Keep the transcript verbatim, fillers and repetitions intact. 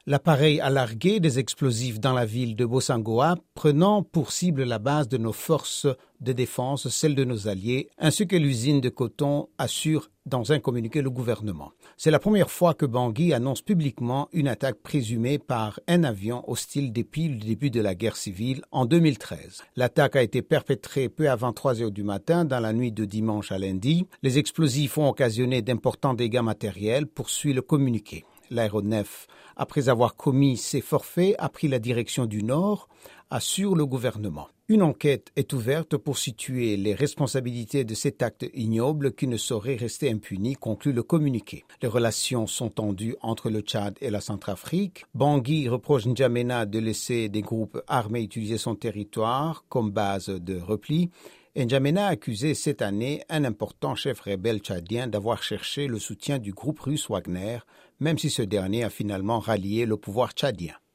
L'appareil a largué des explosifs dans la ville de Bossangoa, prenant pour cible la base de nos forces de défense, celle de nos alliés, ainsi que l'usine de coton, assure dans un communiqué le gouvernement. C'est la première fois que Bangui annonce publiquement une attaque présumée par un avion hostile depuis le début de la guerre civile en deux mille treize. L'attaque a été perpétrée peu avant trois heures du matin dans la nuit de dimanche à lundi. Les explosifs ont occasionné d'importants dégâts matériels, poursuit le communiqué. L'aéronef, après avoir commis ces forfaits, a pris la direction du nord, assure le gouvernement. Une enquête est ouverte pour situer les responsabilités de cet acte ignoble qui ne saurait rester impuni, conclut le communiqué. Les relations sont tendues entre le Tchad et la Centrafrique. Bangui reproche N'Djamena de laisser des groupes armés utiliser son territoire comme base de repli. N'Djamena a accusé cette année un important chef rebelle tchadien d'avoir cherché le soutien du groupe russe Wagner, même si ce dernier a finalement rallié le pouvoir tchadien.